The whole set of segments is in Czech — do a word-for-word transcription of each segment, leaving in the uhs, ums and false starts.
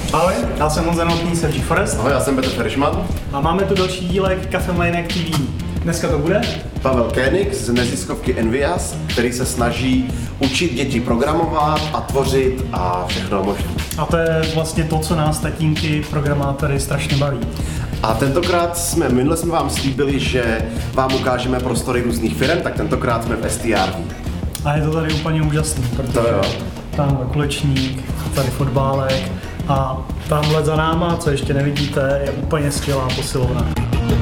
Ahoj, já jsem Honza Novotný z GeForest. Ahoj, já jsem Petr Feršman. A máme tu další dílek Cafe Mlejnek T V. Dneska to bude Pavel Koenig z neziskovky Envias, který se snaží učit děti programovat a tvořit a všechno možné. A to je vlastně to, co nás tatínky programátory strašně baví. A tentokrát jsme, minule jsme vám slíbili, že vám ukážeme prostory různých firm, tak tentokrát jsme v S T R V. A je to tady úplně úžasný, protože to jo. Tamhle kulečník, tady fotbálek a tamhle za náma, co ještě nevidíte, je úplně skvělá posilovna.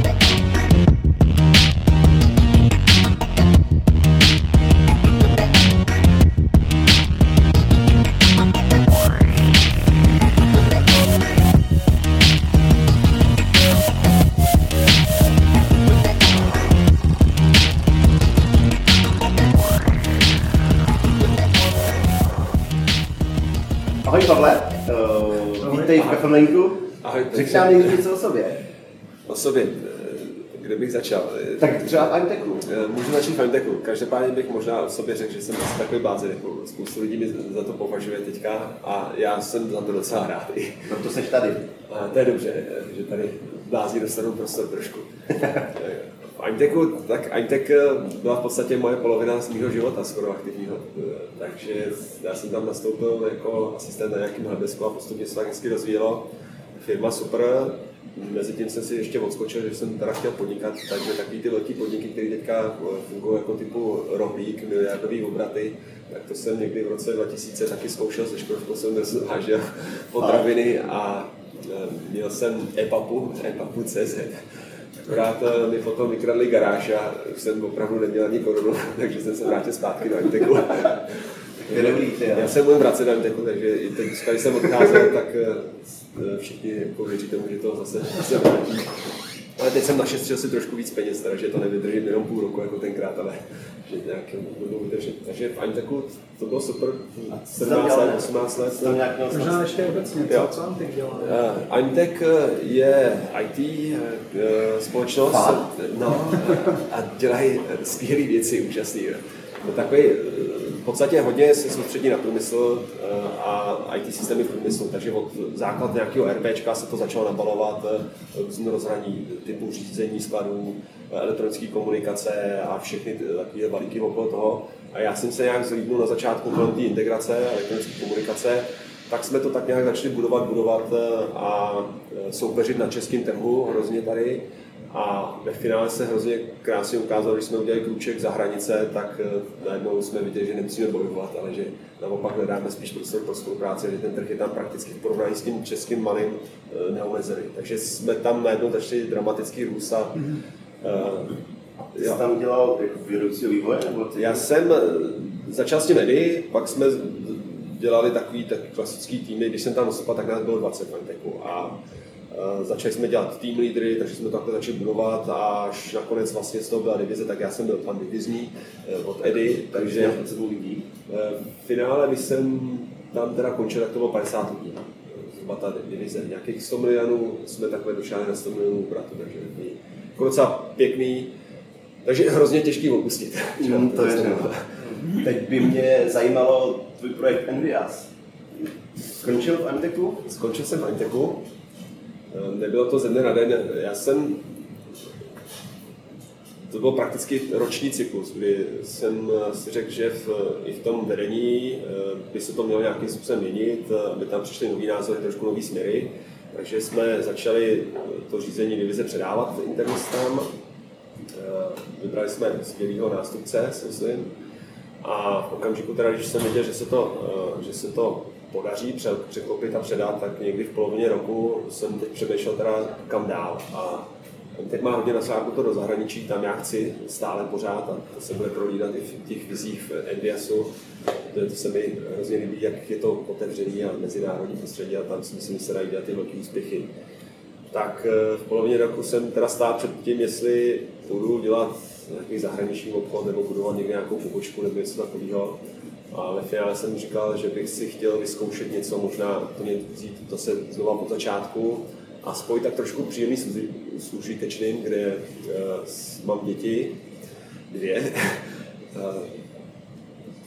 Ahoj Pavle, uh, vítej v Cafe Mlejnku. Ahoj. Řekni nám někdo něco o sobě. O sobě, kde bych začal? Tak třeba v IMTechu. Můžu začít v IMTechu. Každopádně bych možná o sobě řekl, že jsem asi takový blázen, jako spoustu lidí mi za to považuje teďka a já jsem za to docela rád. Proto seš tady. A to je dobře, že tady blázni dostanou prostor trošku. V IMTechu, tak IMTech byla v podstatě moje polovina z mého života skoro aktivního. Takže já jsem tam nastoupil jako asistent na nějakým helpdesku a postupně se tak hezky rozvíjelo. Firma super, mezitím jsem si ještě odskočil, že jsem teda chtěl podnikat, takže takový ty velký podniky, které teďka fungují jako typu rohlík, miliardový obraty, tak to jsem někdy v roce dva tisíce taky zkoušel, se Škodovkou jsem vážil potraviny a měl jsem e-papu, e-papu tečka cé zet. Akorát mi potom vykradli garáž a už jsem opravdu neměl ani korunu, takže jsem se vrátil zpátky do IMTechu. Já jsem můj vracet do IMTechu, takže i teď, když jsem odcházel, tak všichni jako věří tomu, že to zase se vrátí. Ale teď jsem našetřil si trošku víc peněz, takže to nevydržím jenom půl roku jako tenkrát, ale že nějakou dobu vydržím. Takže v IMTechu to bylo super, sedmnáct let, osmnáct let. Možná ještě obecně, co, co IMTech dělá? Uh, IMTech je í té uh, společnost no, a dělají skvělé věci, úžasný. No, takový, v podstatě hodně se soustředí na průmysl a í té systémy v průmyslu, takže od základ nějakého RPčka se to začalo nabalovat různé rozhraní typu řízení skladů, elektronické komunikace a všechny takové balíky okolo toho. A já jsem se nějak zlídnul na začátku kolem té integrace elektronické komunikace, tak jsme to tak nějak začali budovat, budovat a soupeřit na českém trhu hrozně tady. A ve finále se hrozně krásně ukázalo, když jsme udělali krůček za hranice, tak najednou jsme viděli, že nemusíme bojovat, ale že naopak hledáme spíš prostor pro spolupráci, že ten trh je tam prakticky v porovnání s tím českým malým neomezený. Takže jsme tam najednou začali dramatický růst a mm-hmm. uh, Jsi tam dělal jako vědoucího vývoje? Já jsem začal s tím Edy, pak jsme dělali takový, takový klasický týmy, když jsem tam nastoupil, tak nás bylo dvacet v IMTechu a začali jsme dělat team leadery, takže jsme to takhle začali budovat a až nakonec vlastně z toho byla divize, tak já jsem byl pan divizní od Edy, takže v finále, když jsem tam teda končil, tak to bylo padesát lidí, zhruba ta divize, nějakých sto milionů jsme takhle došáli na sto milionů obratu, takže jako docela pěkný, takže hrozně těžký opustit. Mm, to je Teď by mě zajímalo tvůj projekt Envias. Skončil v IMTechu? Skončil jsem v IMTechu. Nebylo to ze dne na den, já jsem, to byl prakticky roční cyklus, kdy jsem si řekl, že v, i v tom vedení by se to mělo nějakým způsobem měnit, aby tam přišly nový názory, trošku nový směry, takže jsme začali to řízení divize předávat internistám, vybrali jsme skvělého nástupce, si myslím, a v okamžiku teda, když jsem viděl, že se to, že se to podaří překlopit a předat, tak někdy v polovině roku jsem teď přemýšlel teda kam dál. A teď má hodně nasáhnuto do zahraničí, tam já chci stále pořád a to se bude prolídat i v těch vizích v Enviasu. To, to se mi hrozně líbí, jak je to otevřený a mezinárodní prostředí a tam si myslím, že se dají dělat ty velké úspěchy. Tak v polovině roku jsem teda stál před tím, jestli budu dělat nějaký zahraniční obchod nebo budovat někde nějakou pobočku nebo něco takového. A ve finále jsem říkal, že bych si chtěl vyzkoušet něco, možná to vzít to se znova od začátku a spojit tak trošku příjemný s užitečným, kde uh, mám děti, dvě. uh,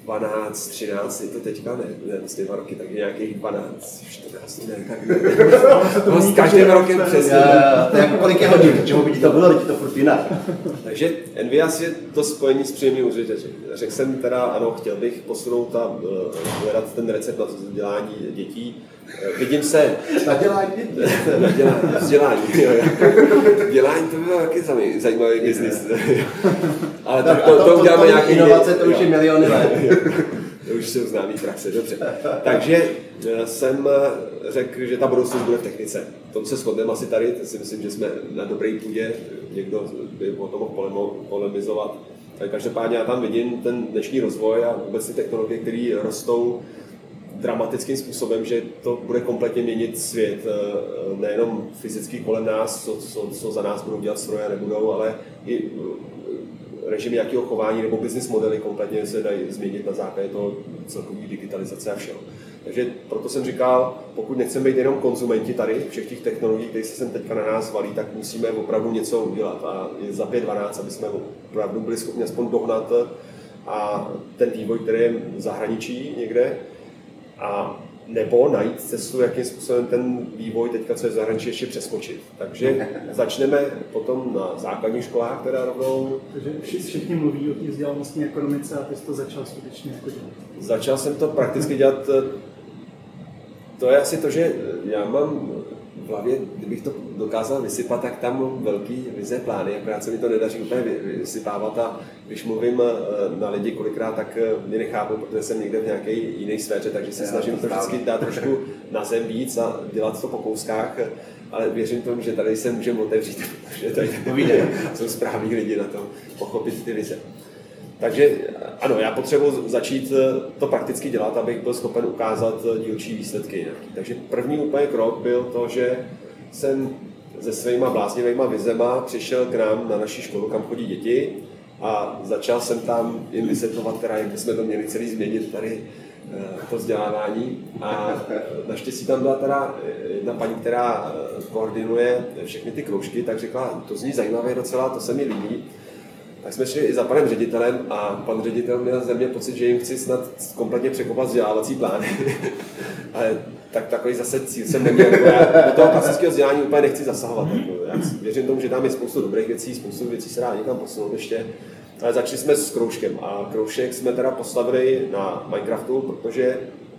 dvanáct, třináct, je to teďka ne, ne, vlastně dva roky, tak nějakých dvanáct, čtrnáct, ne, tak ne. S každým rokem přesně. To je jako kolik je hodin, čemu by ti to bylo, teď to furt jinak. Takže Envias je to spojení s příjemným užitečem. Řekl jsem teda, ano, chtěl bych posunout a hledat ten recept na vzdělání dětí. Vidím se... Na dělání dětí? Na dělání, vzdělání, jo, dělání to by byl taky zajímavý biznis. Ale to, to, to, to uděláme nějaký... Inovace, to už je miliony let. To už jsou známý praxe, dobře. Takže jsem řekl, že ta budoucnost bude v technice. V tom se shodneme asi tady, si myslím, že jsme na dobré půdě, někdo by o tom mohl polemizovat. Každopádně já tam vidím ten dnešní rozvoj a vůbec ty technologie, které rostou dramatickým způsobem, že to bude kompletně měnit svět, nejenom fyzický kolem nás, co, co, co za nás budou dělat stroje a nebudou, ale i režimy jakého chování nebo business modely kompletně se dají změnit na základě toho celkové digitalizace a všeho. Takže proto jsem říkal, pokud nechceme být jenom konzumenti tady všech těch technologií, které se sem teďka na nás valí, tak musíme opravdu něco udělat. A je za pět dvanáct, aby jsme opravdu byli schopni aspoň dohnat a ten vývoj, který je v zahraničí někde, a nebo najít cestu, jakým způsobem ten vývoj teďka, co je v zahraničí, ještě přeskočit. Takže začneme potom na základních školách, která rovnou... Takže všichni mluví o té vzdělanostní ekonomice a ty jsi to začal skutečně jako dělat. Začal jsem to prakticky dělat. To je asi to, že já mám v hlavě, kdybych to dokázal vysypat, tak tam mám velký vize, plány, akorát se mi to nedaří úplně vysypávat a když mluvím na lidi kolikrát, tak mě nechápu, protože jsem někde v nějaké jiné sféře, takže se snažím to vždycky dát trošku na zem víc a dělat to po kouskách, ale věřím tomu, že tady se můžeme otevřít, protože tady jsou správní lidi na to pochopit ty vize. Takže ano, já potřebuji začít to prakticky dělat, abych byl schopen ukázat dílčí výsledky. Takže první úplně krok byl to, že jsem se svýma bláznivýma vizema přišel k nám na naši školu, kam chodí děti a začal jsem tam jim vysvětlovat, teda, jak bychom to měli celý změnit tady to vzdělávání. A naštěstí tam byla teda jedna paní, která koordinuje všechny ty kroužky, tak řekla, to zní zajímavé docela, to se mi líbí. Tak jsme šli i za panem ředitelem a pan ředitel měl ze mě pocit, že jim chci snad kompletně překopat vzdělávací plány. Ale tak takový zase cíl jsem neměl. Já do toho klasického vzdělání úplně nechci zasahovat. Já věřím tomu, že tam je spoustu dobrých věcí, spoustu věcí se dá někam posunout ještě. Ale začali jsme s kroužkem a kroužek jsme teda postavili na Minecraftu, protože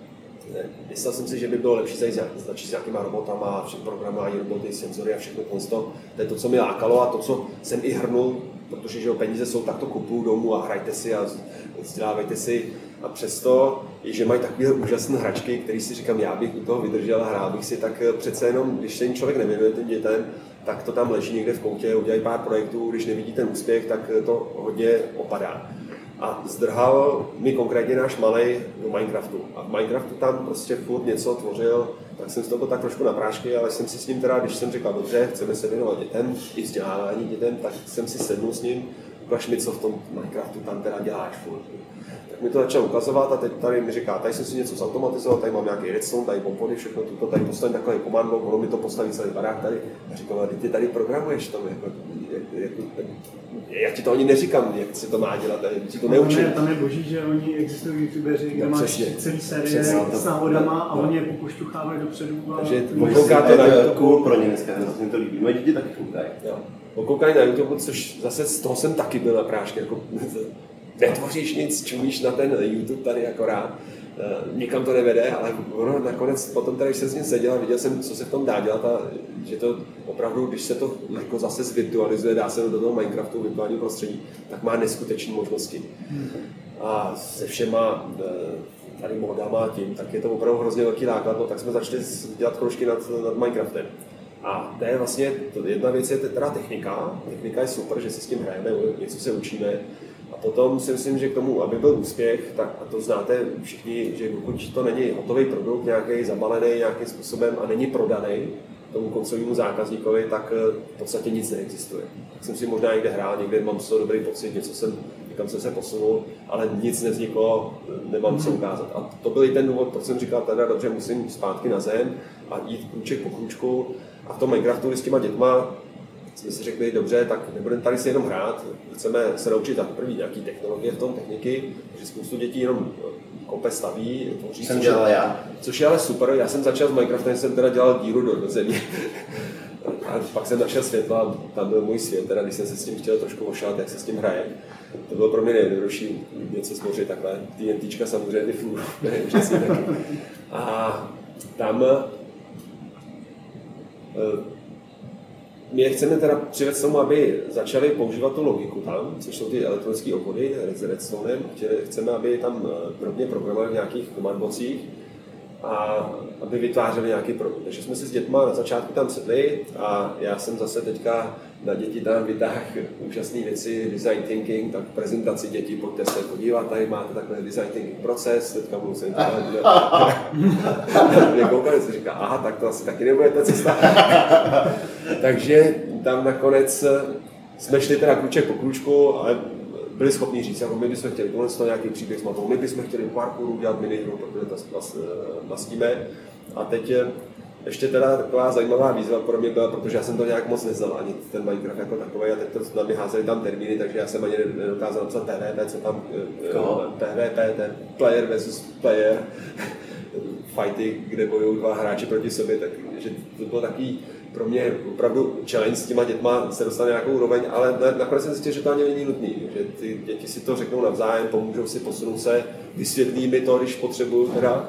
myslel jsem si, že by bylo lepší začít s nějakýma robotama, všechno programování, roboty, senzory a všechno to. To je to, co mi lákalo a to, co jsem i hrnul, protože že peníze jsou takto kupuju domů a hrajte si a vzdělávejte si. A přesto, že mají takové úžasné hračky, které si říkám, já bych u toho vydržel a hrál bych si, tak přece jenom, když se jim člověk nevěnuje těm dětem, tak to tam leží někde v koutě, udělají pár projektů, když nevidí ten úspěch, tak to hodně opadá. A zdrhal mi konkrétně náš malej do Minecraftu. A v Minecraftu tam prostě furt něco tvořil, tak jsem z toho tak trošku na prášky, ale jsem si s ním teda, když jsem říkal, dobře, chceme se věnovat dětem, i vzdělávání dětem, tak jsem si sednul s ním, ukaž mi, co v tom Minecraftu tam teda děláš furt. Tak mi to začal ukazovat a teď tady mi říká, tady jsem si něco zautomatizoval, tady mám nějaký redstone, tady pompony, všechno tuto, tady postavím takové komando, ono mi to postaví celý barák tady. A říkal, ale ty tady programuješ to, jako, jako, já ti to ani neříkám, jak se to má dělat, ti to neučím. Tam je boží, že oni existují youtubeři, kde no, máš celý série s návodama a oni je pokušťuchávají dopředu. Takže okoukáte na YouTube pro ně dneska, to mi to líbí, moje děti taky koukají. Okoukají na YouTube, což zase z toho jsem taky byl na prášky, jako netvoříš nic, čumíš na ten YouTube tady akorát. Uh, nikam to nevede, ale ono nakonec potom tady, když jsem s ním seděl a viděl jsem, co se v tom dá dělat a že to opravdu, když se to jako zase zvirtualizuje, dá se do toho Minecraftu virtuální prostředí, tak má neskutečné možnosti. A se všema uh, tady modama a tím, tak je to opravdu hrozně velký náklad, no, tak jsme začali dělat kroužky nad, nad Minecraftem. A to je vlastně, jedna věc je teda technika, technika je super, že si s tím hrajeme, něco se učíme. A potom si myslím, že k tomu, aby byl úspěch, tak a to znáte všichni, že pokud to není hotový produkt, nějaký zabalený nějakým způsobem a není prodaný tomu koncovému zákazníkovi, tak v podstatě nic neexistuje. Tak jsem si možná někde hrál, někde mám z toho dobrý pocit, něco jsem, někam jsem se posunul, ale nic nevzniklo, nemám co ukázat. A to byl i ten důvod, proč jsem říkal, teda dobře, musím zpátky na zem a jít krůček po krůčku. A v tom Minecraftu s těma dětma jsme si řekli, dobře, tak nebudeme tady si jenom hrát, chceme se naučit tak první nějaký technologie v tom, techniky, že spoustu dětí jenom kope staví, tvoří, jsem dělal já. Což je ale super, já jsem začal s Minecraftem, jsem teda dělal díru do, do země. A pak jsem našel světlo a tam byl můj svět, teda když jsem se s tím chtěl trošku ošát, jak se s tím hraje. To bylo pro mě nejjednodušší něco stvořit takhle. TNTčka samozřejmě fungují, úžasný taky. A tam my chceme teda přivést tomu, aby začali používat tu logiku tam, což jsou ty elektronické obvody s redstonem. Chceme, aby tam drobně programovali v nějakých command-bocích a aby vytvářeli nějaký produkt. Takže jsme si s dětma na začátku tam sedli a já jsem zase teďka na děti tam vytáhl úžasné věci, design thinking, tak prezentaci dětí, pojďte se podívat, tady máte takhle design thinking proces, teďka budu se mě koukali, se říká, aha, tak to asi taky nebude ta cesta. Takže tam nakonec jsme šli teda kruček po kručku, ale byli schopni říct, jako my bychom chtěli tohle to nějaký příběh s mapou, my bychom chtěli parkouru dělat minihru, protože to vlastníme. A teď ještě teda taková zajímavá výzva pro mě byla, protože já jsem to nějak moc neznal, ani ten Minecraft jako takový, a teď to na mě házeli tam termíny, takže já jsem ani nedokázal napsat P V P, co tam, P V P, ten player versus player, fighty, kde bojují dva hráči proti sobě, takže to bylo takový pro mě opravdu challenge s těma dětma se dostane nějakou úroveň, ale nakonec jsem zjistil, že to ani není nutný, že ty děti si to řeknou navzájem, pomůžou si, posunou se, vysvětlí mi to, když potřebuju teda.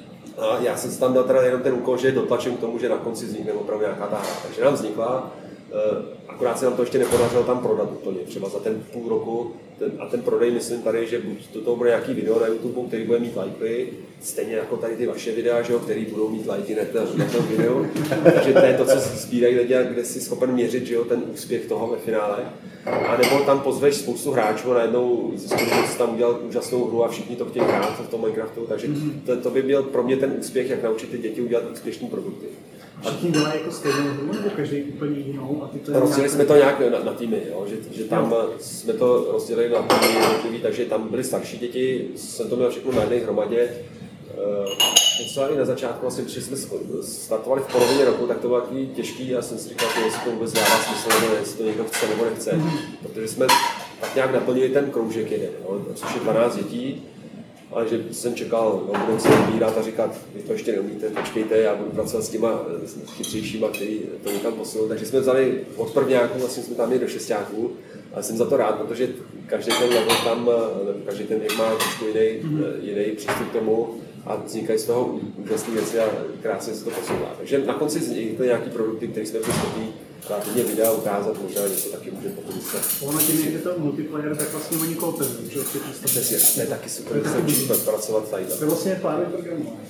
A já jsem tam dal teda jenom ten úkol, že dotlačím k tomu, že na konci vznikne opravdu nějaká ta hra. Takže nám vznikla, akorát se nám to ještě nepodařilo tam prodat úplně, třeba za ten půl roku. Ten, a ten prodej, myslím tady, že buď to, to bude nějaký video na YouTube, který bude mít lajky, stejně jako tady ty vaše videa, že jo, který budou mít lajky na tom videu. Takže to je to, co sbírají lidi, kde jsi schopen měřit, že jo, ten úspěch toho ve finále. A nebo tam pozveš spoustu hráčů a najednou zjistíš, že jsi tam udělal úžasnou hru a všichni to chtějí hrát v tom Minecraftu. Takže to, to by byl pro mě ten úspěch, jak naučit ty děti udělat úspěšné produkty. Všichni dělají jako stejnou hru, nebo každý úplně jinou? A ty to rozdělili nějak... jsme to nějak na, na týmy, jo? Že, že tam jo. jsme to rozdělili na týmy jednotlivý, takže tam byly starší děti, jsem to měl všechno na jedné hromadě. Docela i na začátku, vlastně, když jsme startovali v polovině roku, tak to bylo takový těžký a jsem si říkal, že jestli to vůbec dává smysl, nebo jestli to někdo chce nebo nechce. Mm. Protože jsme tak nějak naplnili ten kroužek jeden, jo? Což je dvanáct dětí. Ale že jsem čekal, no, budeme se vybírat a říkat, vy to ještě neumíte, počkejte, já budu pracovat s těma chytřejšíma, který to někam posunou. Takže jsme vzali od prvňáků, vlastně jsme tam měli do šestáků, ale jsem za to rád, protože každý ten level tam, každý ten věk má trošku jiný, mm-hmm. jiný přístup k tomu a vznikají z toho úžasné věci a krásně se to posouvá. Takže na konci vznikly nějaký produkty, které jsme byli schopni kreativně videa ukázat, možná něco taky můžeme pokud se. Ono tím, jak je to multiplayer, tak vlastně oni kooperují, že určitě stav. To je taky super, že se učíme pracovat tady. To je vlastně pár programování.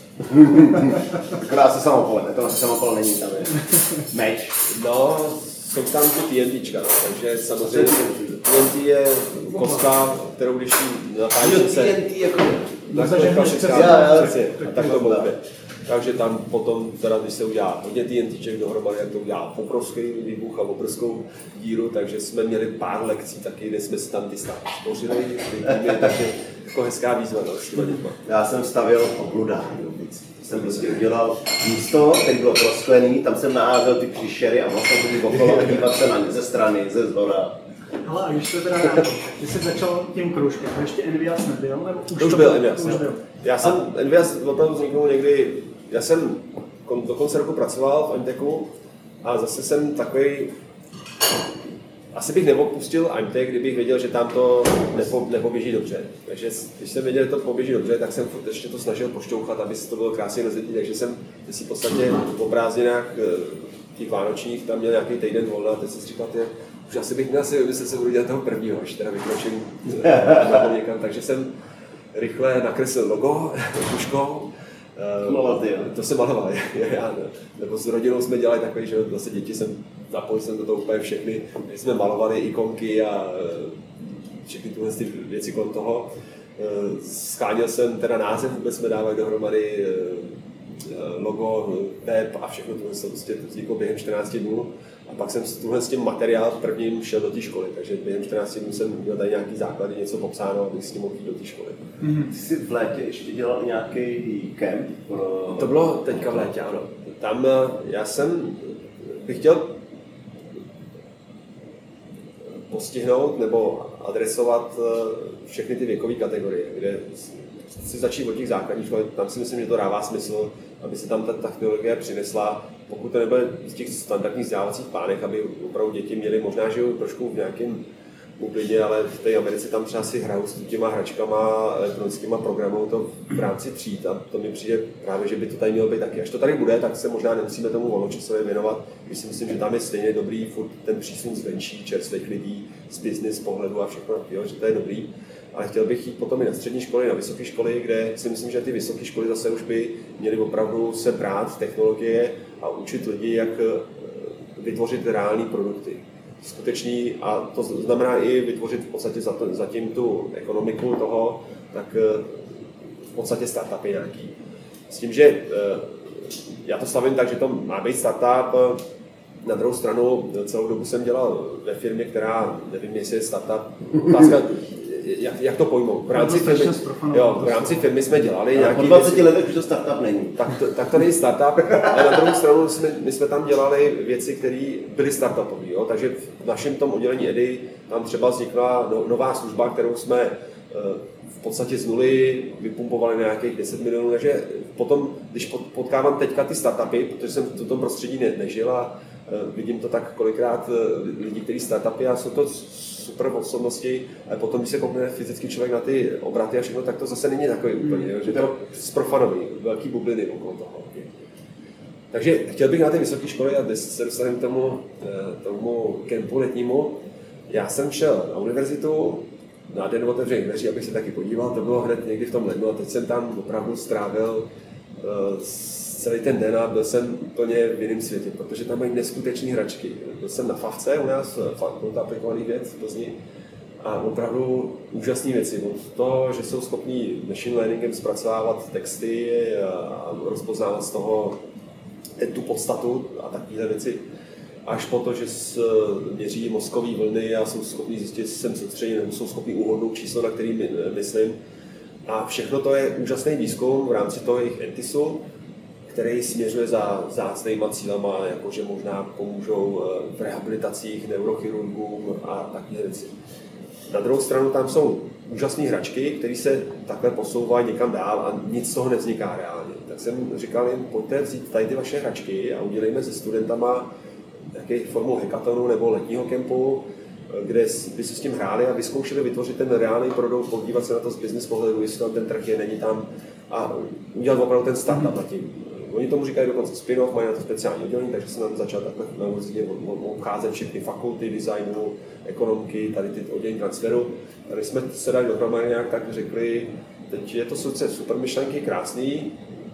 Akorát se samopole, to samopole není tam, je meč. No, jsou tam ty TNTčka, no, takže samozřejmě T N T je kostka, kterou když natáčí se... T N T jako... Tak to bude. Takže tam potom, teda, když se udělá hodně TNTček dohromady, jak to udělá obrovský výbuch a obrovskou díru, takže jsme měli pár lekcí taky, kde jsme si tam ty stavy spořili, takže jako hezká výzva, no, s těma dětma. Já jsem stavil obluda. Jsem prostě udělal místo, který bylo prosklený, tam jsem naházel ty příšery a vlastně chodit okolo a dívat se na ně ze strany, ze zhora. Ale a když to teda náhodou, ty jsi začal tím kroužkem, to ještě Envias nebyl? Nebo už to už byl Envias, já jsem, Envias opravdu vzniknul někdy, já jsem do konce roku pracoval v Imtechu a zase jsem takový, asi bych neopustil Imtech, kdybych věděl, že tam to nepo, nepoběží dobře. Takže když jsem věděl, že to poběží dobře, tak jsem ještě to snažil pošťouchat, aby se to bylo krásně rozjetý, takže jsem si v podstatě v prázdninách těch vánočních tam měl nějaký týden volna a teď jsem si říkal, že už asi bych měl si vymyslet, co budu dělat toho prvního, až teda vykročím někam, takže jsem rychle nakreslil logo tuškou. Uh, to jsem maloval, já, ne. Nebo s rodinou jsme dělali takový, že zase děti jsem zapojil jsem do toho úplně všechny, jsme malovali ikonky a všechny tyhle ty věci kolem toho. Scháněl jsem teda název, vůbec jsme dávali dohromady logo, web a všechno tohle to prostě vzniklo během čtrnácti dnů. A pak jsem tuhle s tím materiál prvním šel do té školy, takže během čtrnácti dnů jsem měl tady nějaký základy, něco popsáno, abych s tím mohl jít do té školy. Mm-hmm. Ty jsi v létě ještě dělal nějaký kemp? Pro... To bylo teďka v létě, ano. Tam já jsem bych chtěl postihnout nebo adresovat všechny ty věkové kategorie, kde si začít od těch základních škol, tam si myslím, že to dává smysl, aby se tam ta technologie přinesla, pokud to nebude z těch standardních vzdělávacích plánech, aby opravdu děti měly možná, že trošku v nějakém bublině, ale v té Americe tam třeba si hrajou s těma hračkama, elektronickýma programou to v rámci tříd a to mi přijde právě, že by to tady mělo být taky. Až to tady bude, tak se možná nemusíme tomu volnočasově věnovat, když si myslím, že tam je stejně dobrý furt ten přísun zvenčí, čerstvých lidí, z business pohledu a všechno, jo, že to je dobrý. Ale chtěl bych jít potom i na střední školy, na vysoké školy, kde si myslím, že ty vysoké školy zase už by měly opravdu se brát technologie a učit lidi, jak vytvořit reální produkty. Skutečný, a to znamená i vytvořit v podstatě zatím tu ekonomiku toho, tak v podstatě startupy nějaký. S tím, že já to stavím tak, že to má být startup. Na druhou stranu celou dobu jsem dělal ve firmě, která, nevím, jestli je startup, otázka, jak, jak to pojmout. V rámci, firmy, jo, v rámci firmy jsme dělali nějaký po dvaceti letech už to startup není. Tak to, tak to není startup, ale na druhou stranu jsme, my jsme tam dělali věci, které byly startupové. Takže v našem tom oddělení Edy tam třeba vznikla no, nová služba, kterou jsme v podstatě z nuly vypumpovali na nějakých deset milionů, takže potom, když potkávám teďka ty startupy, protože jsem v tom prostředí ne, nežil a vidím to tak kolikrát lidí, kteří startupy a jsou to super osobnosti, ale potom, když se koukne fyzický člověk na ty obraty a všechno, tak to zase není takový úplně, že to zprofanový, velký bubliny okolo toho. Takže chtěl bych na ty vysoké školy a dnes se dostaneme k tomu, tomu kempu letnímu. Já jsem šel na univerzitu, na den otevřených dveří, abych se taky podíval, to bylo hned někdy v tom lednu a teď jsem tam opravdu strávil uh, celý ten den a byl jsem úplně v jiném světě, protože tam mají neskutečné hračky. Byl jsem na FAVce u nás, Fakulta aplikovaných věd v Plzni a opravdu úžasné věci. Od toho, že jsou schopní machine learningem zpracovávat texty a rozpoznávat z toho tu podstatu a takové věci, až po to, že měří mozkové vlny a jsou schopni zjistit, jestli jsem soustředěn, nebo jsou schopni uhodnout číslo, na který myslím. A všechno to je úžasný výzkum v rámci toho jejich entisu, který směřuje za vzácnýma cílama, jakože možná pomůžou v rehabilitacích neurochirurgům a takové věci. Na druhou stranu tam jsou úžasné hračky, které se takhle posouvají někam dál a nic z toho nevzniká reálně. Tak jsem říkal jim, pojďte vzít tady ty vaše hračky a udělejme se studentama nějaký formou hackathonu nebo letního kempu, kde by si s tím hráli a vyzkoušeli vytvořit ten reálný produkt, podívat se na to z business pohledu, jestli tam ten trh je, není tam a udělat opravdu ten startup nad tím. Oni tomu říkají dokonce spin-off, mají na to speciální oddělení, takže jsem tam začal takhle na univerzitě obcházet všechny fakulty, designu, ekonomky, tady ty oddělení transferu. Tady jsme se dali dohromady nějak tak řekli, teď je to sice super myšlenky, krásný,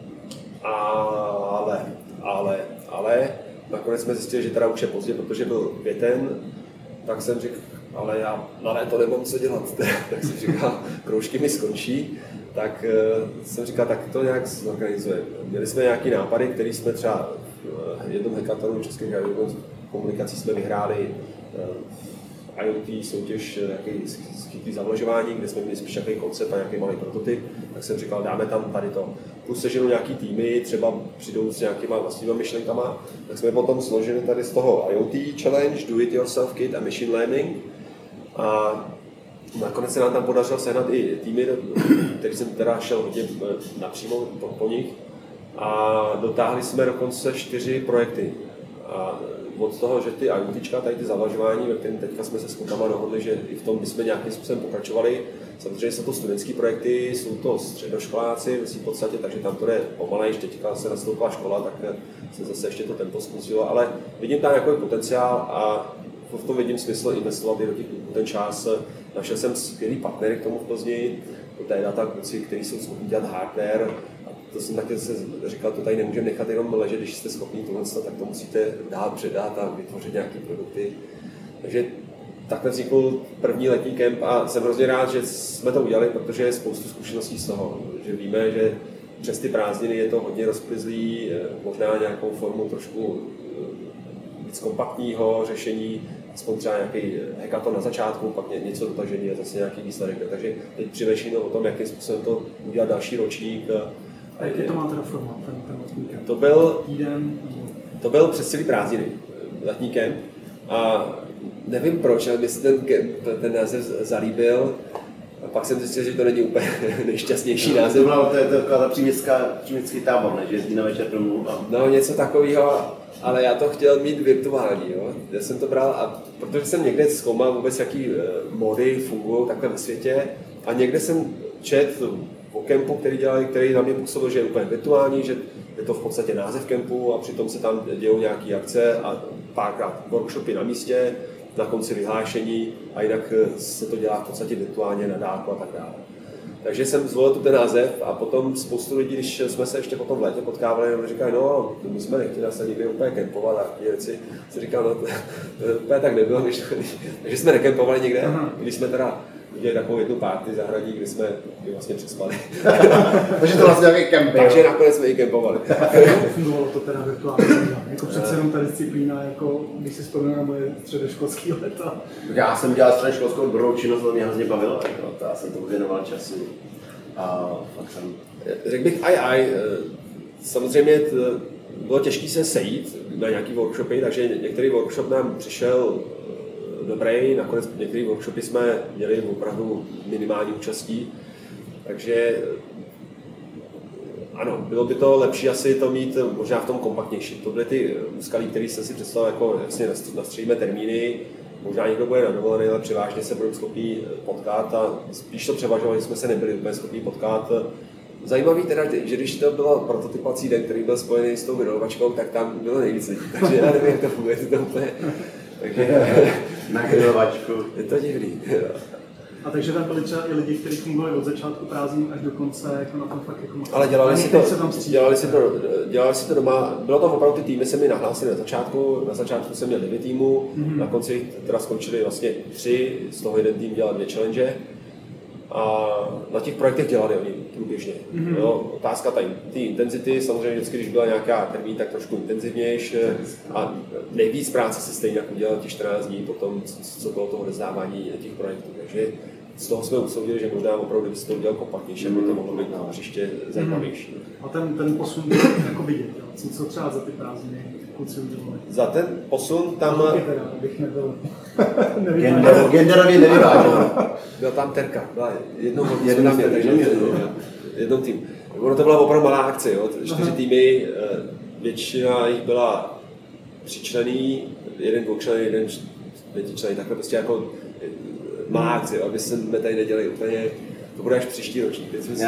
ale, ale, ale, nakonec jsme zjistili, že teda už je pozdě, protože byl květen, tak jsem řekl, ale já na léto nemám co dělat, tak jsem říkal, kroužky mi skončí, tak uh, jsem říkal, tak to nějak zorganizujeme. Měli jsme nějaké nápady, které jsme třeba v jednom hackathonu českých komunikací jsme vyhráli uh, IoT soutěž nějaký chytrý zavlažování, kde jsme měli spíš nějaký koncept a nějaký malý prototyp, tak jsem říkal, dáme tam tady to. Plus seženou nějaký týmy, třeba přijdou s nějakýma vlastníma myšlenkama, tak jsme potom složili tady z toho IoT challenge, do it yourself kit a machine learning. A nakonec se nám tam podařilo sehnat i týmy, který jsem teda šel hodně napřímo po, po nich. A dotáhli jsme dokonce čtyři projekty. A od toho, že ty IoTčka, tady ty zavlažování, ve kterém teďka jsme se s klukama dohodli, že i v tom bychom nějakým způsobem pokračovali. Samozřejmě jsou to studentské projekty, jsou to středoškoláci v podstatě, takže tam to je pomalej, teďka se nastoupila škola, tak se zase ještě to tempo zkusilo, ale vidím tam nějaký potenciál a v tom vidím smysl investovat i do těch ten čas. Našel jsem skvělý partnery k tomu v Plzni, to je data kluci, kteří jsou schopni dělat hardware. A to jsem taky se říkal, to tady nemůžeme nechat jenom ležet, když jste schopni tohle, tak to musíte dát, předat a vytvořit nějaké produkty. Takže takhle vznikl první letní kemp a jsem hrozně rád, že jsme to udělali, protože je spoustu zkušeností z toho, že víme, že přes ty prázdniny je to hodně rozplyzlý, možná nějakou formu trošku víc kompaktního řešení, aspoň třeba nějaký hackathon na začátku, pak něco dotažení a zase nějaký výsledek. Takže teď přemýšlíme o tom, jakým způsobem to udělat další ročník. A jaký to má teda formát, ten, ten letní kemp? To byl, týden? to byl přes celý prázdniny, letní kemp. A nevím proč, ale mi se ten, ten název zalíbil. A pak jsem zjistil, že to není úplně nejšťastnější název. To byla to je taková ta příměstský tábor, ne? Že jezdí na večer domů. A... No něco takového, ale já to chtěl mít virtuální, jo. Já jsem to bral, a protože jsem někde zkoumal vůbec, jaký mody fungují takhle ve světě, a někde jsem četl o kempu, který dělali, který na mě působil, že je úplně virtuální, že je to v podstatě název kempu a přitom se tam dějou nějaké akce a párkrát workshopy na místě, na konci vyhlášení, a jinak se to dělá v podstatě virtuálně na dálku a tak dále. Takže jsem zvolil tu ten název a potom spoustu lidí, když jsme se ještě potom v létě potkávali, oni říkali, no, my jsme nechtěli se nikdy úplně kempovat a takové věci. Jsem říkal, no, to, to úplně tak nebylo, když, takže jsme nekempovali nikde, když jsme teda udělali takovou jednu party zahradí, kdy jsme vlastně přespali. Takže to vlastně nějaký kempy. Takže nakonec jsme i kempovali. Fungovalo to teda virtuálně, jako přece jenom ta disciplína, jako když si vzpomínám na moje středoškolský leta. Já jsem dělal středoškolskou odborovou činnost, to mě hrozně bavilo, jako, to já jsem tomu věnoval času. A fakt jsem... Řekl bych aj aj, samozřejmě bylo těžké se sejít na nějaký workshopy, takže některý workshop nám přišel dobrý, nakonec některé workshopy jsme měli opravdu minimální účastí, takže ano, bylo by to lepší asi to mít možná v tom kompaktnější. To byly ty úskalí, které jsem si představil, jako jasně nastřelíme termíny, možná někdo bude na dovolený, ale převážně se budeme schopni potkat a spíš to převažovali, že jsme se nebyli úplně schopni potkat. Zajímavý teda, že když to byl prototypací den, který byl spojený s tou grilovačkou, tak tam bylo nejvíc lidí, takže já nevím, jak to funguje, to úplně... Takže na grilovačku. Je to divný. A takže tam byli třeba i lidi, kteří fungovali od začátku prázdnin až do konce, jako na tom fakt jako... Ale dělali si, to, se tam dělali, si to, dělali si to doma, bylo tam opravdu ty týmy, se mi nahlásili na začátku, na začátku jsem měl devět týmů, mm-hmm. na konci teda skončili vlastně tři, z toho jeden tým dělal dvě challenge. A na těch projektech dělali oni průběžně. Mm-hmm. Jo, otázka té intenzity, samozřejmě vždycky, když byla nějaká termín, tak trošku intenzivnější. A nejvíc práce se stejně jako udělalo těch čtrnáct dní potom, co bylo toho rozdávání těch projektů. Takže z toho jsme usoudili, že možná opravdu, kdyby se to udělal kompaktější, aby to mohlo být na příště zajímavější. A ten, ten posun byl jako vidět, jo? Co, co třeba za ty prázdniny kluci udělali? Za ten posun tam... Teda, abych nebyl... Gender, genderově nevyvážený. Byla tam Terka, byla jednou jednou mě, takže jednou tým. Ono to byla opravdu malá akce, jo? Čtyři týmy, většina jich byla tříčlenný, jeden dvoučlenný, jeden pětičlenný, takhle prostě jako malá akce, aby jsme tady nedělali úplně, to bude až příští ročník, teď jsme si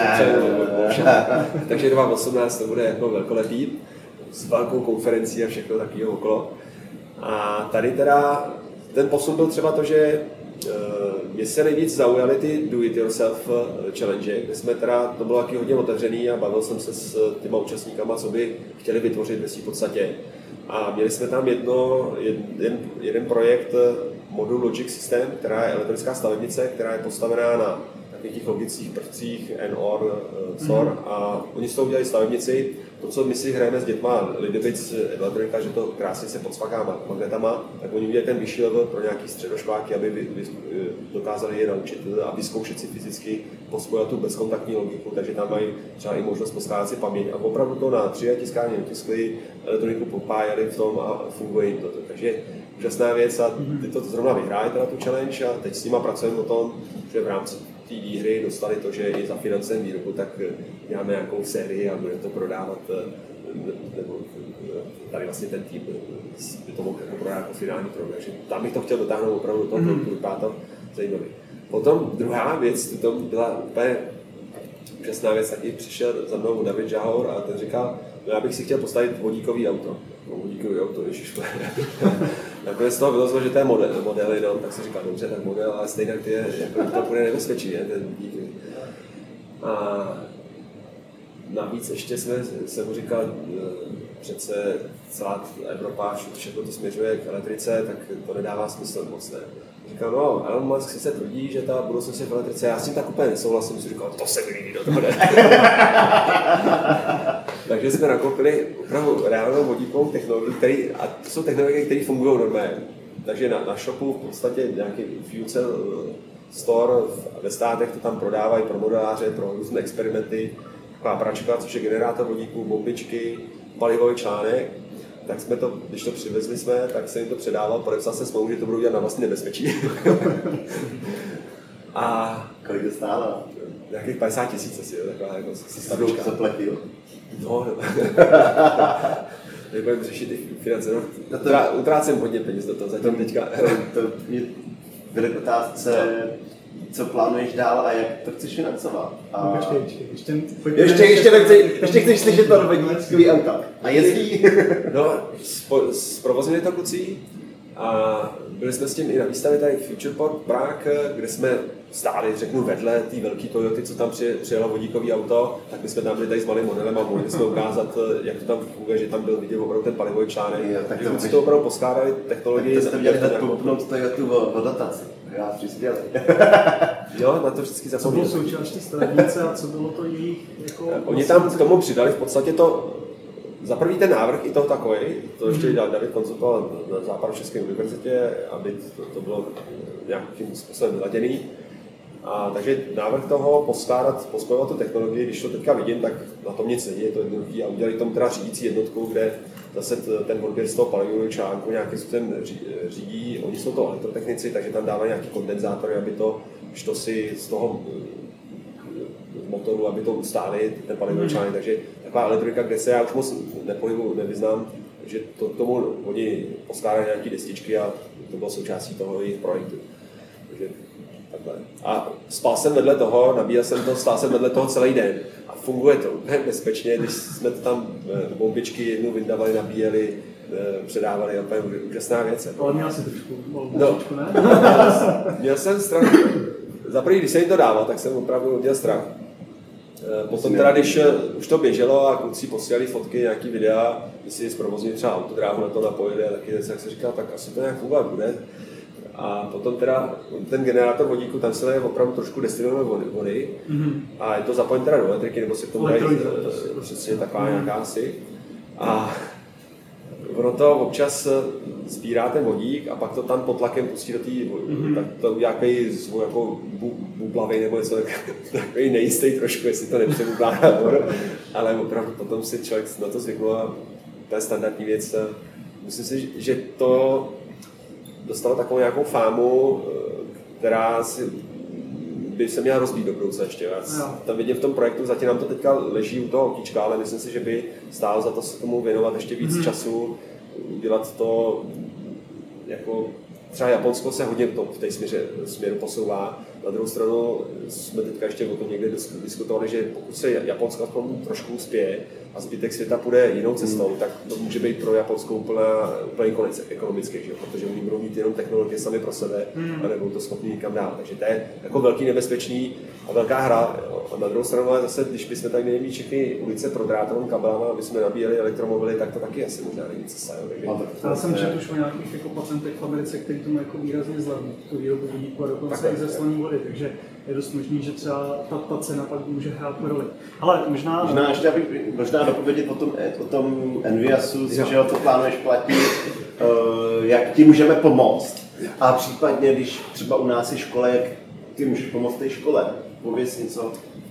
takže dva osmnáct to bude jako velkolepý, s velkou konferencí a všechno takového okolo. A tady teda ten posun byl třeba to, že uh, mě se nejvíc zaujaly ty do-it-yourself challenge, kde jsme teda, to bylo taky hodně otevřený a bavil jsem se s těma účastníkama, co by chtěli vytvořit ve své podstatě. A měli jsme tam jedno, jeden, jeden projekt Modul Logic System, která je elektronická stavebnice, která je postavená na takových těch logických prvcích N O R, C O R, mm-hmm. a oni z toho udělali stavebnici. To, co my si hrajeme s dětma, Lidovic elektronika, že to krásně se podspaká magnetama, tak oni udělají ten vyšší level pro nějaký středoškoláky, aby vy, vy, dokázali je naučit a vyzkoušet si fyzicky pospojit tu bezkontaktní logiku, takže tam mají třeba i možnost poskládat si paměť a opravdu to na tři D tiskárně otiskli, elektroniku popájeli v tom a funguje jim to. Takže úžasná věc a ty to zrovna vyhráli teda tu challenge a teď s nima pracujeme o tom, že v rámci té výhry dostali to, že i za financem výrobu, tak děláme nějakou sérii a budeme to prodávat, nebo tady vlastně ten tým by to mohl jako prodávat jako finální produkt, takže tam bych to chtěl dotáhnout opravdu do toho mm-hmm. produktu, vypadá to zajímavý. Potom druhá věc, to byla úplně úžasná věc, taky přišel za mnou David Žahor a ten říkal, no já bych si chtěl postavit vodíkový auto. No, vodíkový auto, ježiš. Nakonec z toho vylozilo, že to je model, model jenom, tak jsem říkal, dobře, tak model, ale stejně ty je, jako to bude nebezpečí, je, ten vodíkový. A navíc ještě jsme, jsem mu říkal, přece celá Evropa, všechno to směřuje k elektrice, tak to nedává smysl moc, ne. Říkal, no, Elon Musk si se tvrdí, že ta budoucnost je v elektrice, já s tím tak úplně nesouhlasím, si říkal, to se mi líbí do toho ne. Takže jsme nakoupili opravdu reálnou vodíkovou technologii, který, a to jsou technologie, které fungují normálně. Takže na, na shopu v podstatě nějaký fuel cell store ve státech to tam prodávají pro modeláře, pro různé experimenty, taková pračka, což je generátor vodíku, bombičky, palivový článek. tak jsme to, když to přivezli jsme, tak jsem jim to předával, podepsal se smlouvu, že to budou dělat na vlastní nebezpečí. A kolik to stálo? Nějakých padesát tisíc asi, taková jako stavička. Co platil? No, nebudeme řešit ty finance, no, utrácím hodně peněz do toho zatím teďka. To mě vede k otázce, co plánuješ dál a jak to chceš financovat. A... No, počkej, počkej, ještě, ještě, ještě, ještě, ještě chceš slyšet to skvělý Anka. A jezdí? No, zprovozili to kluci a byli jsme s tím i na výstavě tady Futureport Prague, kde jsme stáli, řeknu, vedle té velké Toyoty, co tam přijelo vodíkový auto, tak my jsme tam byli tady s malým modelem a mohli jsme ukázat, jak to tam funguje, že tam byl vidět opravdu ten palivový článek. Jo, tak to jsme to opravdu poskládali technologii. Tak to jste měli tak popnout Toyotu o, o dotaci. Já přispěli. Jo, na to vždycky zapomněli. Co bylo součástí stavebnice a co bylo to jejich jako... Oni tam k tomu přidali v podstatě to, za první ten návrh i toho takový, to ještě mm-hmm. David konzultoval na Západočeské univerzitě, aby to, to bylo nějakým způsobem vyladěný. A takže návrh toho poskládat, pospojovat tu technologii, když to teďka vidím, tak na tom nic není, je to jednoduchý a udělali tomu teda řídící jednotku, kde zase ten odběr z toho palivového článku nějakým způsobem řídí, oni jsou to elektrotechnici, takže tam dávají nějaký kondenzátory, aby to, když to si z toho motoru, aby to ustáli, ten palivový článek, takže taková elektrika, kde se já už moc nepohybu, nevyznám, že to k tomu oni poskládají nějaké destičky a to bylo součástí toho jejich projektu. Takže takhle. A spal jsem vedle toho, nabíjel jsem to, stál jsem vedle toho celý den a funguje to úplně bezpečně, když jsme to tam bombičky jednu vydávali, nabíjeli, předávali, úplně úžasná věc. Ale měl jsi trošku bombičku, no. Ne? Měl jsem strach. Za první, když jsem jim to dával, tak jsem opravdu měl strach. Potom teda, když už to běželo a kluci posílali fotky, nějaký videa, když si zprovoznili třeba autodráhu na to napojili a taky tak se říkal, tak asi to nějak fungovat bude. A potom teda ten generátor vodíku, tam se je opravdu trošku destilované vody, vody mm-hmm. a je to zapojen teda do elektriky, nebo se k tomu dají přesně taková mm-hmm. nějaká asi. A ono to občas sbírá ten vodík a pak to tam pod tlakem pustí do té vody, mm-hmm. tak to udělá nějaký zvuk jako bu, bublavý nebo něco takový nejistý trošku, jestli to nepřebublá, ale opravdu potom si člověk na to zvyknul a to je standardní věc. Myslím si, že to dostalo takovou nějakou fámu, která si by se měla rozbít do budoucna ještě. Já tam vidím v tom projektu, zatím nám to teďka leží u toho otíčka, ale myslím si, že by stálo za to se tomu věnovat ještě víc mm-hmm. času, udělat to jako třeba Japonsko se hodně v té směře, směru posouvá. Na druhou stranu jsme teďka ještě o tom někde diskutovali, že pokud se Japonsko aspoň trošku uspěje a zbytek světa půjde jinou cestou, mm. tak to může být pro Japonsko úplný konec ekonomický, že? Protože oni budou mít jenom technologie sami pro sebe mm. a nebudou to schopni nikam dál. Takže to je jako velký nebezpečný a velká hra. A na druhou stranu, ale zase, když bychom tak měli mít všechny ulice prodrátovým kabelama, aby jsme nabíjeli elektromobily, tak to taky asi možná není cesta. Já jsem četl už o nějakých jako patentech v Americe, který tomu jako výrazně zlevní tu výrobu vodíku a dokonce i zeslaní vody, takže je dost možný, že třeba ta, ta cena pak může hrát roli. Ale možná... Možná ještě abych, možná dopovědět o tom, o tom Enviasu, že ho to plánuješ platit, uh, jak ti můžeme pomoct. A případně, když třeba u nás je škola, jak ty můžeš pomoct té škole. Pověz něco.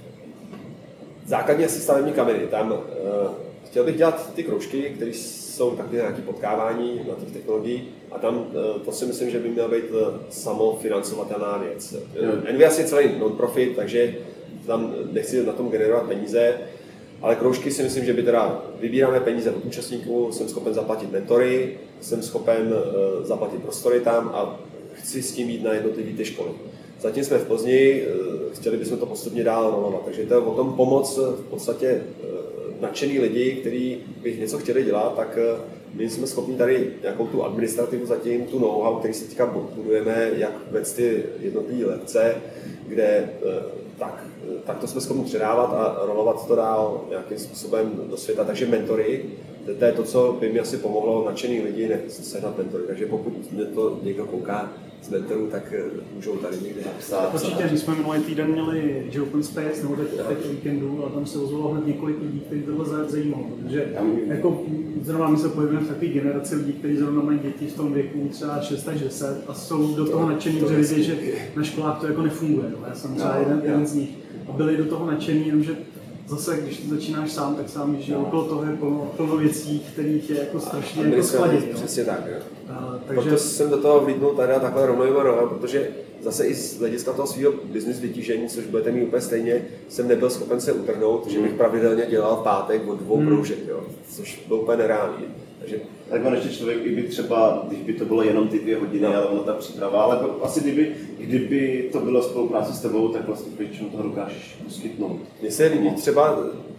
Základně asi stavební kameny. Tam uh, chtěl bych dělat ty kroužky, které jsou takové nějaké potkávání na těch technologií a tam uh, to si myslím, že by měla být uh, samofinancovatelná věc. Uh, Envias je celý non-profit, takže tam nechci na tom generovat peníze, ale kroužky si myslím, že by teda vybíráme peníze od účastníků, jsem schopen zaplatit mentory, jsem schopen uh, zaplatit prostory tam a chci s tím jít na jednotlivé ty školy. Zatím jsme v Plzni, chtěli bychom to postupně dál rolovat, takže to je o tom pomoc v podstatě nadšený lidi, kteří by něco chtěli dělat, tak my jsme schopni tady nějakou tu administrativu zatím, tu know-how, který si teďka budujeme, jak vést ty jednotlivé lekce, kde tak, tak to jsme schopni předávat a rolovat to dál nějakým způsobem do světa, takže mentory, to je to, co by mi asi pomohlo nadšený lidi sehnat mentory, takže pokud to někdo kouká z mentorů, tak můžou tady někde napsat. Určitě, my jsme minulý týden měli Open Space, nebo teď, teď o víkendu, a tam se ozvalo hned několik lidí, kteří tohle zajímalo, protože jako, zrovna my se pohybujeme v takové generaci lidí, kteří zrovna mají děti v tom věku třeba šest až deset a jsou do toho nadšení, že vidí, že na školách to jako nefunguje. No. Já jsem třeba jeden, jeden z nich a byli do toho nadšení, jenomže zase, když ty začínáš sám, tak sám víš, že okolo toho je plno, plno věcí, kterých je jako strašně jako skladit. Přesně tak, jo. A, takže... Proto jsem do toho vlídnul tady takhle rovnojima nohama, protože zase i z hlediska toho svého business vytížení, což budete mít úplně stejně, jsem nebyl schopen se utrhnout, mm. že bych pravidelně dělal v pátek od dvou mm. kroužek, jo, což bylo úplně nereálný. Takže... Tak on ještě člověk, i by třeba, když by to bylo jenom ty dvě hodiny, no. ale ono ta příprava, ale asi kdyby, kdyby to bylo spolupráce s tebou, tak vlastně většinou toho dokážeš poskytnout. Mně se líbí třeba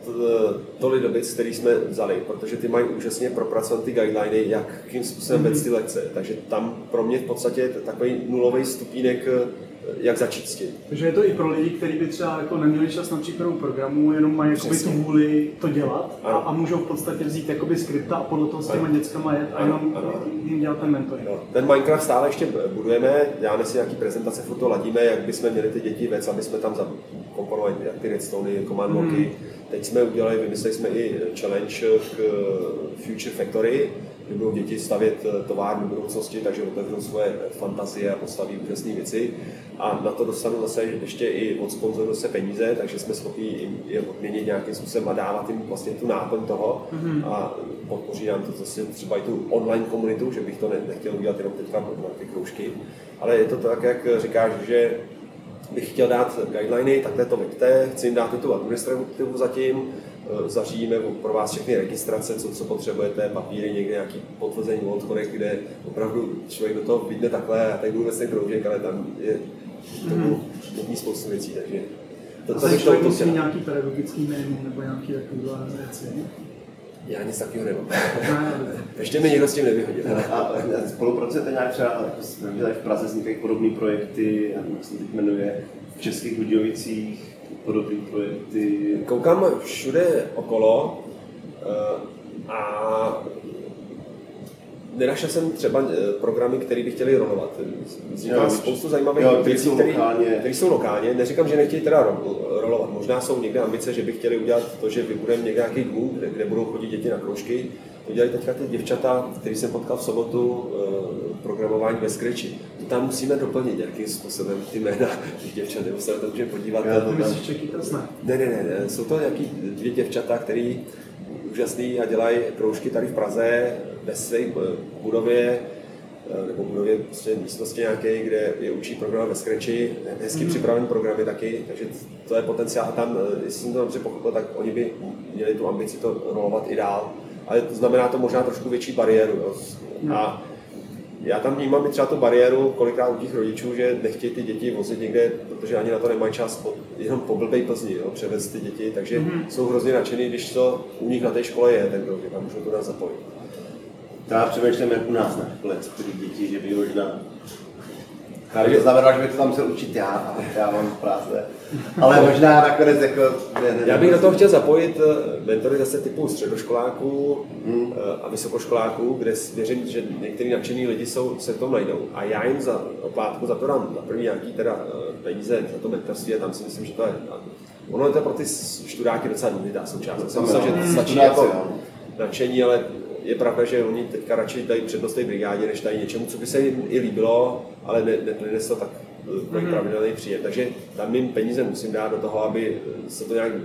to Lidobic, který jsme vzali, protože ty mají úžasně propracovat ty guideliny, jakým způsobem vést ty lekce. Takže tam pro mě v podstatě je takový nulový stupínek, jak začít s tím. Takže je to i pro lidi, kteří by třeba jako neměli čas na přípravu programu, jenom mají jakoby tu vůli to dělat a, a můžou v podstatě vzít jakoby skripta a podle toho s těma dětskama jet a jenom ano, ano. jim dělat ten mentor. No, ten Minecraft stále ještě budujeme, děláme si nějaký prezentace, furt to ladíme, jak bychom měli ty děti vést, aby jsme tam zakomponovali jak ty redstony, command blocky. Hmm. Teď jsme udělali, vymysleli jsme i challenge k Future Factory, kde budou děti stavět továrny v budoucnosti, takže otevřou svoje fantazie a postaví úžasné věci. A na to dostanu zase ještě i od sponzorů se peníze, takže jsme schopni je odměnit nějakým způsobem a dávat jim vlastně tu náplň toho. Mm-hmm. A podpoří nám to zase třeba i tu online komunitu, že bych to nechtěl udělat jenom teďka na ty kroužky. Ale je to tak, jak říkáš, že bych chtěl dát guideliny, takhle to veďte, chci jim dát i tu administrativu zatím, zařídíme pro vás všechny registrace, co, co potřebujete, papíry, někde nějaký potvrzení o odchodech, kde opravdu člověk do toho vidne takhle, a tady budu vlastně kroužek, ale tam je tomu mm. spoustu věcí, takže to, to, to člověk musí nějaký pedagogický minimum nebo nějaký takovýhle věci. Já nic takového nemám. Ještě mi někdo s tím nevyhodil. A spolupracujete nějak třeba, jako jsme viděli v Praze vznikají podobné projekty, jak se teď jmenuje, v Českých Budějovicích, podobné projekty? Koukám všude okolo a nenašel jsem třeba programy, které by chtěli rolovat. Vzniká spoustu zajímavých jo, věcí, které jsou lokálně. Neříkám, že nechtějí teda rolovat. Možná jsou někde ambice, že by chtěli udělat to, že vybudeme někde nějaký dům, kde, kde budou chodit děti na kroužky. To dělají teďka ty děvčata, který jsem potkal v sobotu, programování ve Scratchi. To tam musíme doplnit nějakým způsobem ty jména těch děvčat, nebo se na to můžeme podívat. Já to myslíš Čeky Trasné? Ne, ne, ne, jsou to nějaký dvě děvčata, který úžasný a dělají kroužky tady v Praze ve své budově, nebo budově prostě místnosti nějaké, kde je učí programovat ve Scratchi, hezky mm. připravený programy taky, takže to je potenciál tam, jestli jsem to dobře pochopil, tak oni by měli tu ambici to rolovat i dál, ale to znamená to možná trošku větší bariéru. Jo. A já tam vnímám i třeba tu bariéru kolikrát u těch rodičů, že nechtějí ty děti vozit někde, protože ani na to nemají čas, po, jenom po blbej Plzni, jo, převést ty děti, takže mm-hmm. jsou hrozně nadšený, když to u nich na té škole je ten kroužek a můžou to nás zapojit. Já přemýšlím, jak u nás na škole, co ty děti, že by možná... Takže to znamená, že by to tam musel učit já, a já mám v práce. Ale možná nakonec jako... Ne, ne, já bych do toho chtěl zapojit mentory zase typu středoškoláků hmm. a vysokoškoláků, kde věřím, že některý nadšený lidi jsou, se v tom najdou. A já jim za oplátku za to dám za první nějaký teda peníze za to mentorství a tam si myslím, že to je... Ono je to pro ty študáky docela důležitá součást. Já jsem myslel, že stačí jako nadšení, ale je pravda, že oni teďka radši dají přednost té brigádě, než dají něčemu, co by se jim i líbilo, ale neplyne se to tak mm-hmm. pravidelný příjem. Takže tam jim peníze musím dát do toho, aby se to nějak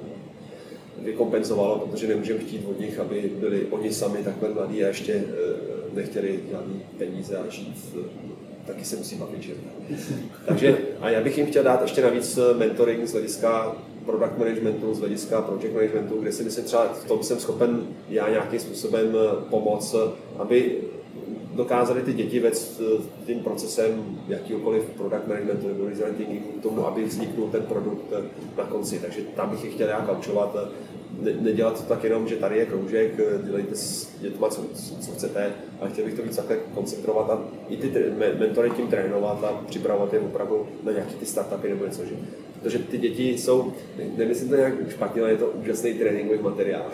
vykompenzovalo, protože nemůžeme chtít od nich, aby byli oni sami takhle mladí a ještě nechtěli žádný peníze a žít. Taky se musí bavit, že? Takže a já bych jim chtěl dát ještě navíc mentoring z hlediska product managementu, z hlediska project managementu, kde si myslím třeba v tom jsem schopen já nějakým způsobem pomoct, aby dokázali ty děti vést tím procesem jakýkoliv product managementu nebo design thinkingu k tomu, aby vzniknul ten produkt na konci. Takže tam bych je chtěl nějak kaučovat, ne, nedělat to tak jenom, že tady je kroužek, dělejte s dětma, co, co chcete, ale chtěl bych to víc takhle koncentrovat a i ty mentory tím trénovat a připravovat je opravdu na nějaké ty startupy nebo něco, že protože ty děti jsou, nemyslím to nějak špatně, ale je to úžasný tréninkový materiál.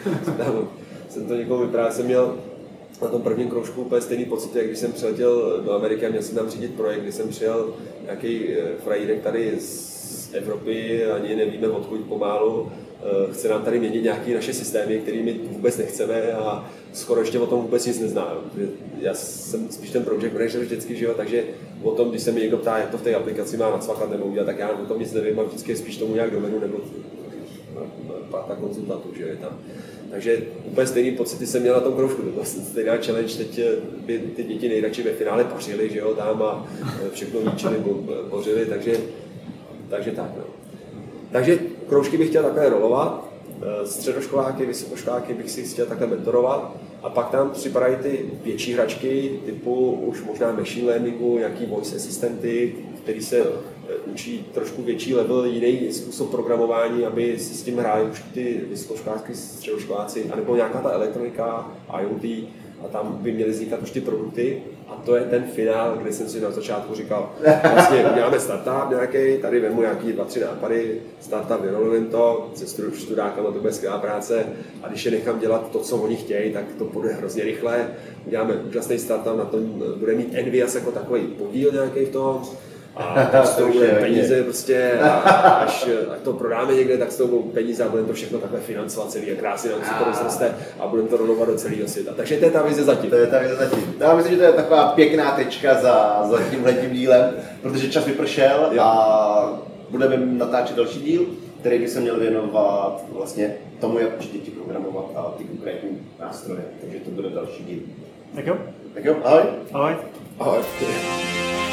Jsem to někomu vyprávěl, jsem měl na tom prvním kroužku úplně stejný pocit, jak když jsem přiletěl do Ameriky a měl jsem tam řídit projekt, kdy jsem přijel nějaký frajírek tady z Evropy, ani nevíme odkud pomálu, chce nám tady měnit nějaké naše systémy, které my vůbec nechceme a skoro ještě o tom vůbec nic nezná. Já jsem spíš ten project manager vždycky, že jo, takže o tom, když se mi někdo ptá, jak to v té aplikaci má nacvakat nebo udělat, tak já o tom nic nevím a vždycky spíš tomu nějak dovedu nebo pár konzultantů, že je tam. Takže úplně stejný pocity jsem měl na tom kroužku, to byla stejná challenge, teď by ty děti nejradši ve finále pařili, že jo, tam a všechno líčili, bořili, takže, takže tak, no. Takže kroužky bych chtěl takhle rolovat, středoškoláky, vysokoškoláky bych si chtěl takhle mentorovat a pak tam připadají ty větší hračky typu už možná machine learningu, nějaký voice asistenty, který se učí trošku větší level, jiný způsob programování, aby si s tím hráli už ty vysokoškoláci, středoškoláci, anebo nějaká ta elektronika, IoT, a tam by měly vznikat už ty produkty. A to je ten finál, kde jsem si na začátku říkal, vlastně uděláme startup nějaký, tady vemu nějaký dva, tři nápady, startup, vyrolujeme to, se studákama, to bude skvělá práce a když je nechám dělat to, co oni chtějí, tak to bude hrozně rychle. Uděláme úžasný startup, na tom bude mít Envias jako takový podíl nějaký v tom. A tak z toho bude peníze prostě a až, až to prodáme někde, tak z toho budou peníze a budeme to všechno takhle financovat celý a krásně nám se to rozroste a budeme to rolovat do celého světa. Takže to je ta vize zatím. To je ta vize zatím. Já myslím, že to je taková pěkná tečka za, za tímhletím dílem, protože čas vypršel jo. a budeme natáčet další díl, který by se měl věnovat vlastně tomu, jak učit děti programovat a ty konkrétní nástroje. Takže to bude další díl. Tak jo. Tak jo, ahoj. Ahoj. Ahoj.